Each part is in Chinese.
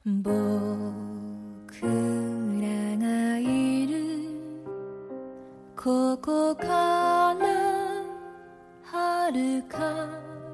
僕らがいるここから遥か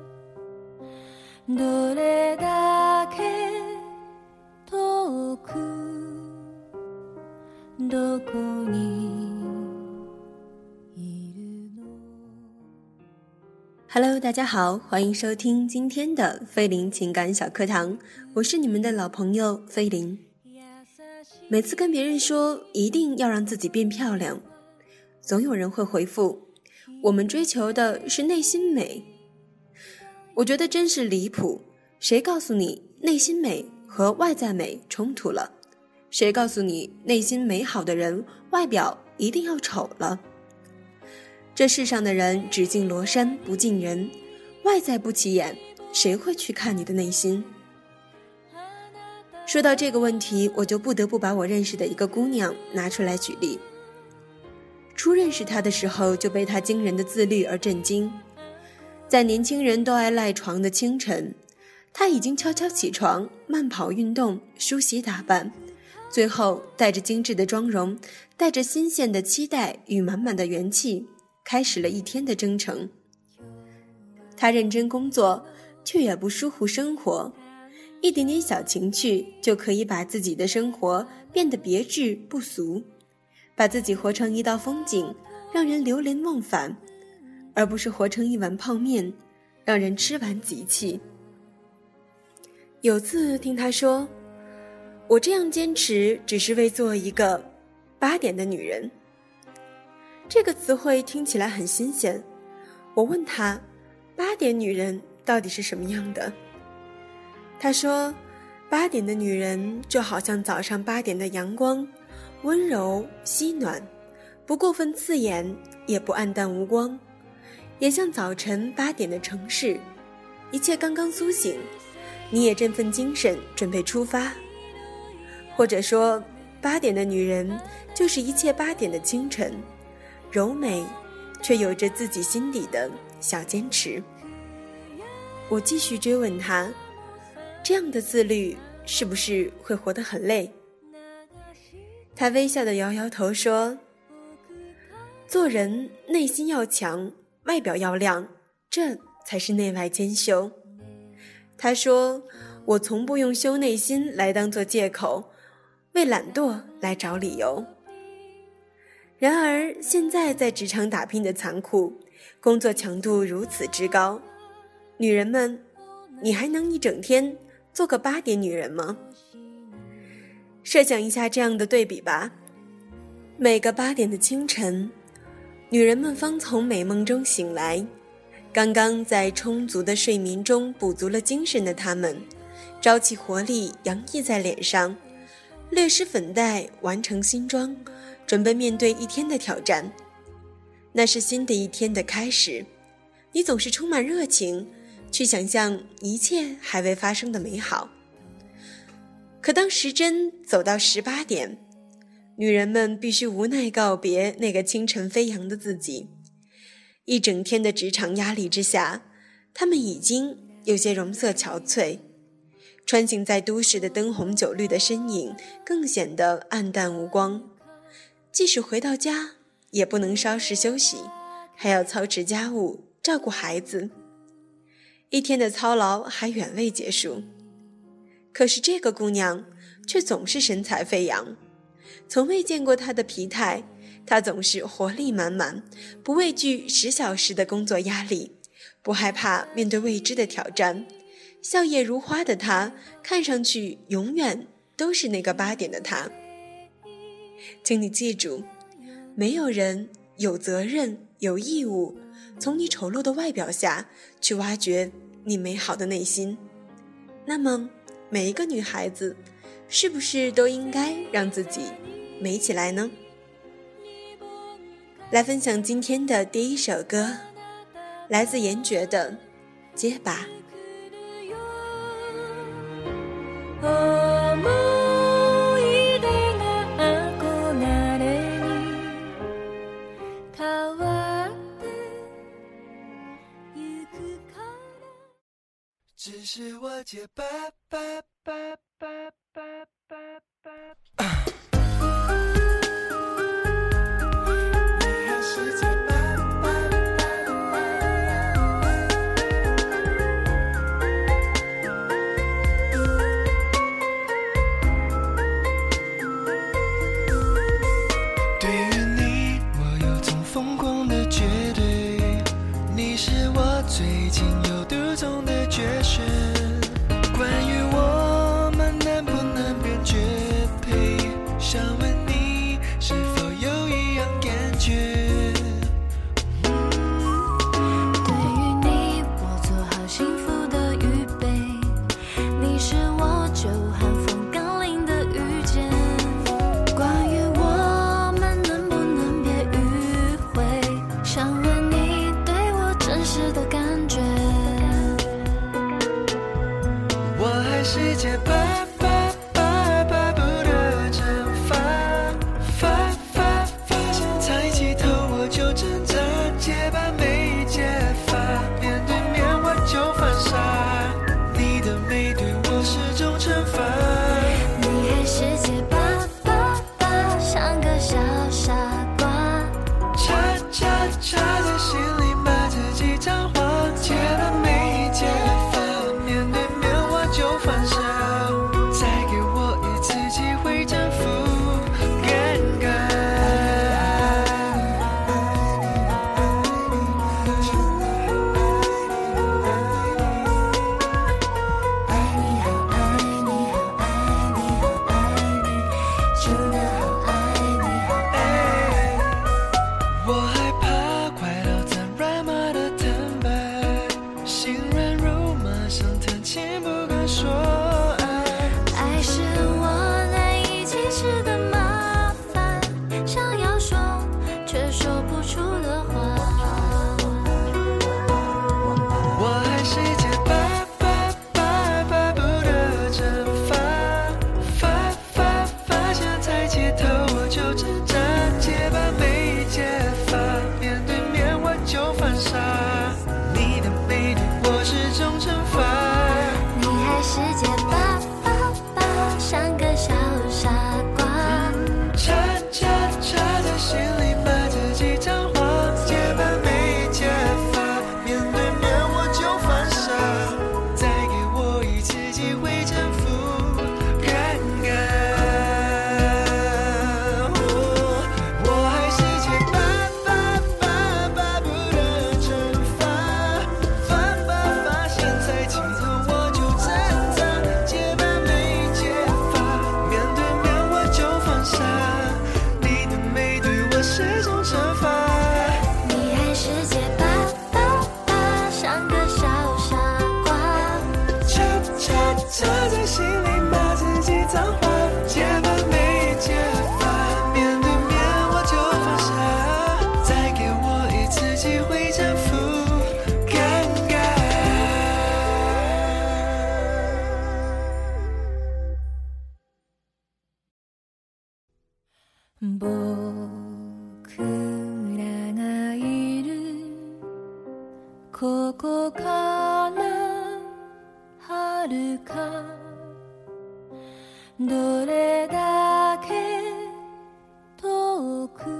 どれだけ遠くどこにいるの。 Hello， 大家好，欢迎收听今天的菲林情感小课堂，我是你们的老朋友菲林。每次跟别人说一定要让自己变漂亮，总有人会回复，我们追求的是内心美。我觉得真是离谱，谁告诉你内心美和外在美冲突了？谁告诉你内心美好的人外表一定要丑了？这世上的人只敬罗衫不敬人，外在不起眼，谁会去看你的内心？说到这个问题，我就不得不把我认识的一个姑娘拿出来举例。初认识她的时候，就被她惊人的自律而震惊。在年轻人都爱赖床的清晨，她已经悄悄起床，慢跑运动，梳洗打扮，最后带着精致的妆容，带着新鲜的期待与满满的元气，开始了一天的征程。她认真工作，却也不疏忽生活，一点点小情趣就可以把自己的生活变得别致不俗，把自己活成一道风景，让人流连忘返，而不是活成一碗泡面，让人吃完即弃。有次听她说，我这样坚持只是为做一个8点的女人。这个词汇听起来很新鲜，我问她8点女人到底是什么样的？她说8点的女人就好像早上8点的阳光，温柔煦暖，不过分刺眼，也不暗淡无光，也像早晨8点的城市，一切刚刚苏醒，你也振奋精神准备出发。或者说8点的女人就是一切8点的清晨，柔美却有着自己心底的小坚持。我继续追问她，这样的自律是不是会活得很累？她微笑地摇摇头说，做人内心要强，外表要亮，这才是内外兼修。她说，我从不用修内心来当作借口，为懒惰来找理由。然而现在在职场打拼的残酷，工作强度如此之高，女人们，你还能一整天做个8点女人吗？设想一下这样的对比吧，每个8点的清晨，女人们方从美梦中醒来，刚刚在充足的睡眠中补足了精神的她们，朝气活力洋溢在脸上，略施粉黛，完成新装，准备面对一天的挑战。那是新的一天的开始，你总是充满热情，去想象一切还未发生的美好。可当时针走到18点，女人们必须无奈告别那个清晨飞扬的自己。一整天的职场压力之下，她们已经有些容色憔悴，穿行在都市的灯红酒绿的身影更显得暗淡无光。即使回到家，也不能稍事休息，还要操持家务，照顾孩子。一天的操劳还远未结束。可是这个姑娘却总是神采飞扬，从未见过她的疲态，她总是活力满满，不畏惧10小时的工作压力，不害怕面对未知的挑战。笑靥如花的她，看上去永远都是那个8点的她。请你记住，没有人有责任有义务从你丑陋的外表下去挖掘你美好的内心。那么每一个女孩子是不是都应该让自己美起来呢？来分享今天的第一首歌，来自严爵的《结巴》。 只是我结巴巴巴巴巴就寒风刚临的遇见。关于我们能不能别迂回，想问你对我真实的感觉。 我还世界巴不得蒸发现才起头我就挣扎，结巴没结发，面对面我就犯傻，你的美对我是种惩罚。 你还世界巴像个小傻瓜， 插在心里把自己张狂，结巴没结发，面对面我就犯傻，再给我一次机会征服尴尬。我害怕快到咱软麻的坦白，心软如麻，想谈情不敢说爱。 爱是我难以启齿的麻烦，想要说却说不出的话。 我还世界巴不得蒸发现才起头我就挣扎，结巴没结发，面对面我就犯傻，你的美对我是种惩罚。 你还世界巴像个小傻瓜， 插在心里把自己张狂，结巴没结发，面对面我就犯傻，再给我一次机会征服尴尬。我还世界巴不得蒸发现才起头我就挣扎，结巴没结发，面对面我就犯傻，你的美对我是种惩罚。 你还世界巴像个小傻瓜， 插在心里把自己脏话，结巴没结发，面对面我就犯傻，再给我一次机会征服尴尬。 僕らがいるここから遥かどれだけ遠く。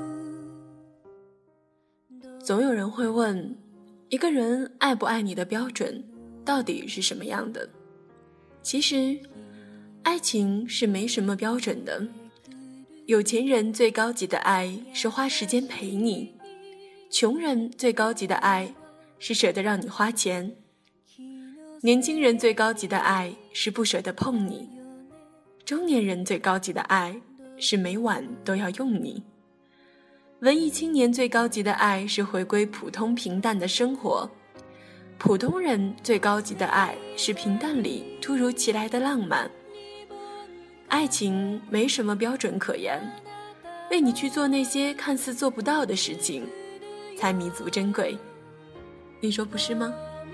总有人会问，一个人爱不爱你的标准到底是什么样的？其实，爱情是没什么标准的。有钱人最高级的爱是花时间陪你，穷人最高级的爱是舍得让你花钱，年轻人最高级的爱是不舍得碰你，中年人最高级的爱是每晚都要用你，文艺青年最高级的爱是回归普通平淡的生活，普通人最高级的爱是平淡里突如其来的浪漫。爱情没什么标准可言，为你去做那些看似做不到的事情，才弥足珍贵。你说不是吗？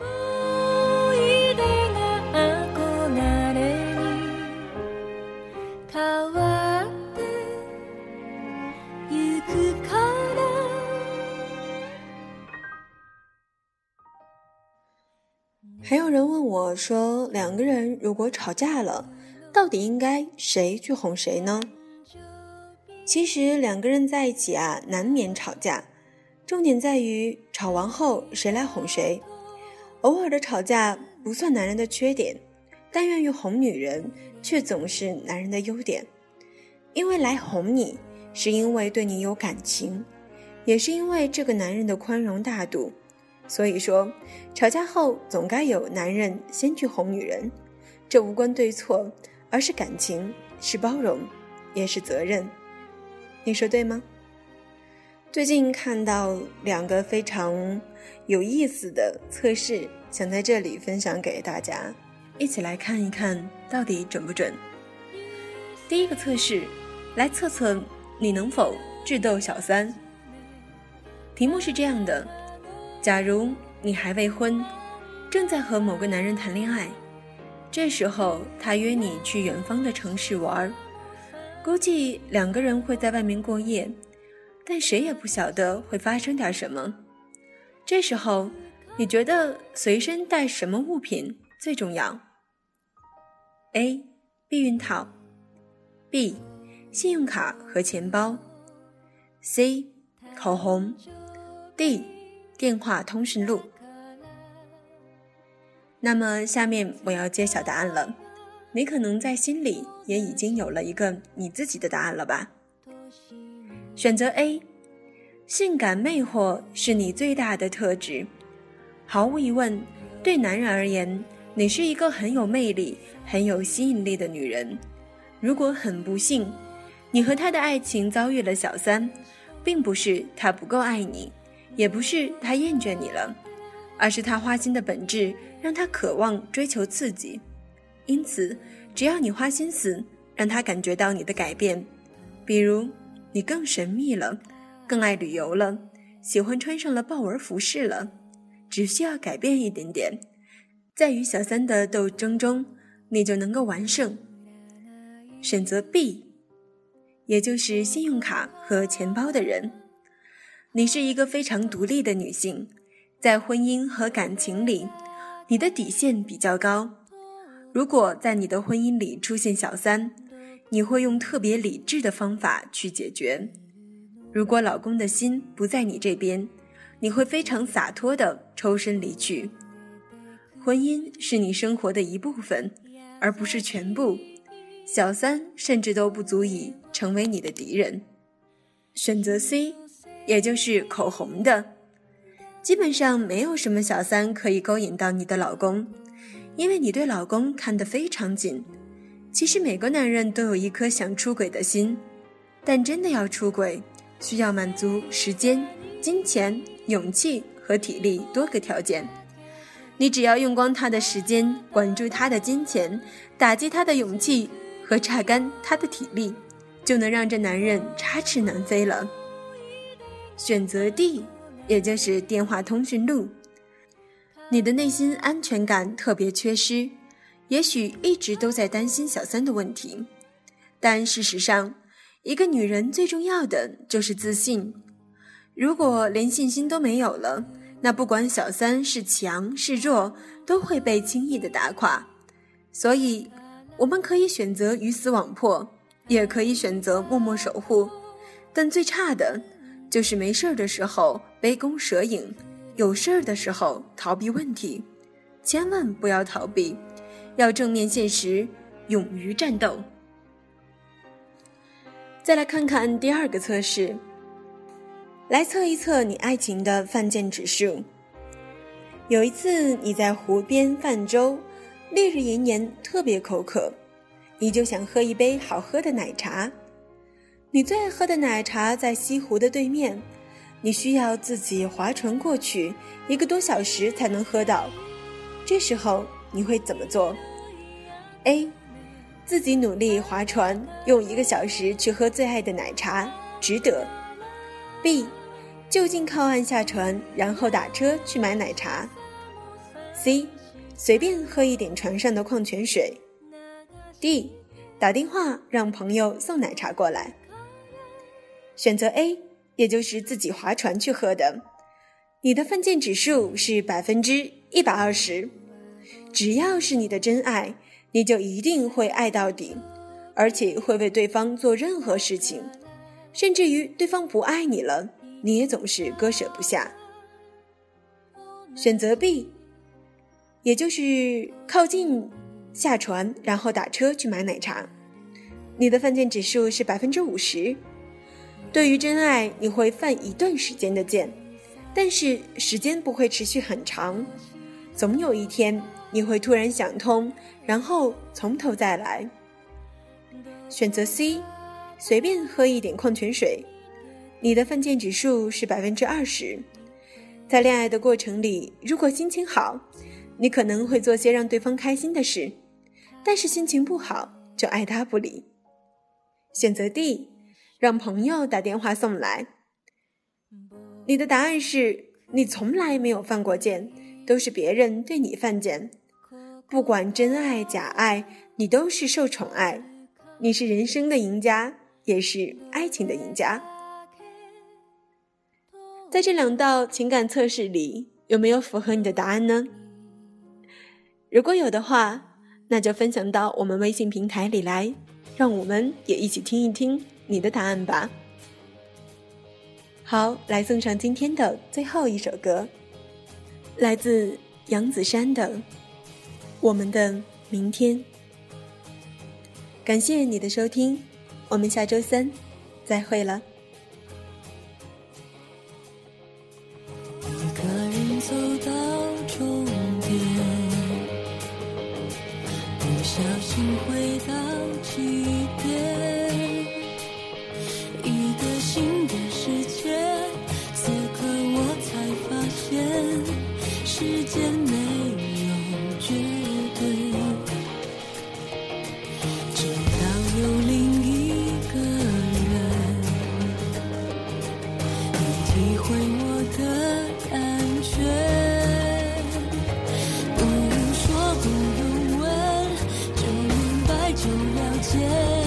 还有人问我说，两个人如果吵架了，到底应该谁去哄谁呢？其实两个人在一起啊，难免吵架，重点在于吵完后谁来哄谁。偶尔的吵架不算男人的缺点，但愿意哄女人却总是男人的优点。因为来哄你，是因为对你有感情，也是因为这个男人的宽容大度。所以说，吵架后总该有男人先去哄女人，这无关对错，而是感情，是包容，也是责任。你说对吗？最近看到两个非常有意思的测试，想在这里分享给大家。 一起来看一看到底准不准。第一个测试，来测测你能否智斗小三。题目是这样的，假如你还未婚，正在和某个男人谈恋爱，这时候他约你去远方的城市玩，估计2个人会在外面过夜，但谁也不晓得会发生点什么。这时候你觉得随身带什么物品最重要？ A. 避孕套， B. 信用卡和钱包， C. 口红， D. 电话通讯录。那么下面我要揭晓答案了，你可能在心里也已经有了一个你自己的答案了吧？选择 A， 性感魅惑是你最大的特质。毫无疑问，对男人而言，你是一个很有魅力、很有吸引力的女人。如果很不幸，你和他的爱情遭遇了小三，并不是他不够爱你，也不是他厌倦你了，而是他花心的本质让他渴望追求刺激。因此，只要你花心思让他感觉到你的改变，比如你更神秘了，更爱旅游了，喜欢穿上了豹纹服饰了，只需要改变一点点，在与小三的斗争中，你就能够完胜。选择 B， 也就是信用卡和钱包的人。你是一个非常独立的女性，在婚姻和感情里，你的底线比较高。如果在你的婚姻里出现小三，你会用特别理智的方法去解决。如果老公的心不在你这边，你会非常洒脱地抽身离去。婚姻是你生活的一部分，而不是全部。小三甚至都不足以成为你的敌人。选择 C， 也就是口红的。基本上没有什么小三可以勾引到你的老公，因为你对老公看得非常紧。其实每个男人都有一颗想出轨的心，但真的要出轨，需要满足时间、金钱、勇气和体力多个条件。你只要用光他的时间，管住他的金钱，打击他的勇气和榨干他的体力，就能让这男人插翅难飞了。选择 D， 也就是电话通讯录。你的内心安全感特别缺失，也许一直都在担心小三的问题，但事实上，一个女人最重要的就是自信。如果连信心都没有了，那不管小三是强是弱，都会被轻易的打垮。所以我们可以选择鱼死网破，也可以选择默默守护，但最差的就是没事的时候杯弓蛇影，有事的时候逃避问题。千万不要逃避，要正面现实，勇于战斗。再来看看第二个测试，来测一测你爱情的犯贱指数。有一次你在湖边泛舟，烈日炎炎，特别口渴，你就想喝一杯好喝的奶茶。你最爱喝的奶茶在西湖的对面，你需要自己划船过去1个多小时才能喝到。这时候你会怎么做？ A， 自己努力划船，用1个小时去喝最爱的奶茶，值得。 B， 就近靠岸下船，然后打车去买奶茶。 C， 随便喝一点船上的矿泉水。 D， 打电话让朋友送奶茶过来。选择 A， 也就是自己划船去喝的，你的犯贱指数是 120%。 只要是你的真爱，你就一定会爱到底，而且会为对方做任何事情，甚至于对方不爱你了，你也总是割舍不下。选择 B， 也就是靠近下船，然后打车去买奶茶，你的犯贱指数是 50%。 对于真爱，你会犯一段时间的贱，但是时间不会持续很长，总有一天你会突然想通，然后从头再来。选择 C， 随便喝一点矿泉水，你的犯贱指数是 20%。 在恋爱的过程里，如果心情好， 你可能会做些让对方开心的事，但是心情不好就爱答不理。选择 D， 让朋友打电话送来。你的答案是你从来没有犯过贱，都是别人对你犯贱。不管真爱假爱，你都是受宠爱，你是人生的赢家，也是爱情的赢家。在这2道情感测试里，有没有符合你的答案呢？如果有的话，那就分享到我们微信平台里来，让我们也一起听一听你的答案吧。好，来送上今天的最后一首歌，来自杨子姗的《我们的明天》。感谢你的收听，我们下周3再会了。 一个人走到终点，不小心回到起点，一个新的世界，此刻我才发现时间没有绝对，直到有另一个人能体会我的感觉，不用说不用问，就明白就了解，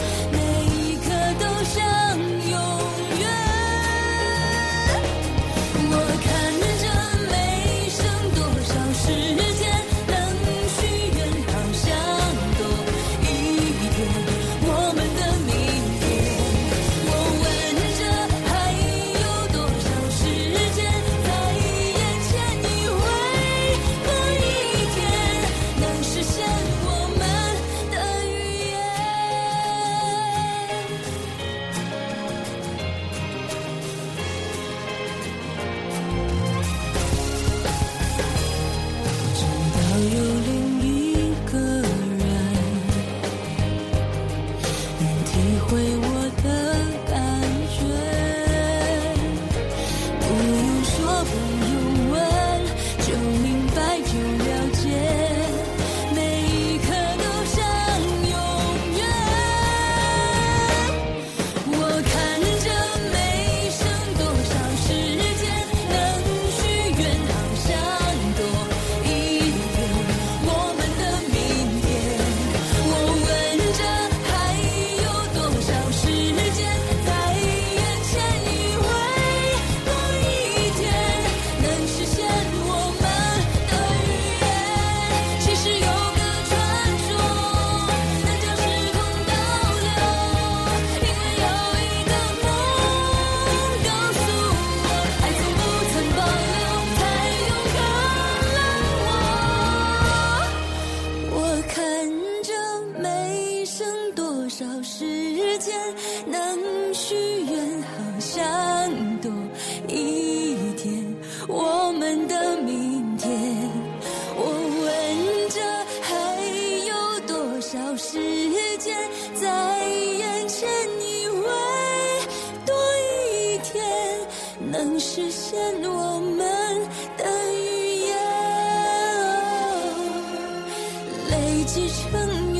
能许愿好像多一点我们的明天，我问着还有多少时间在眼前，以为多一天能实现我们的预言，累积成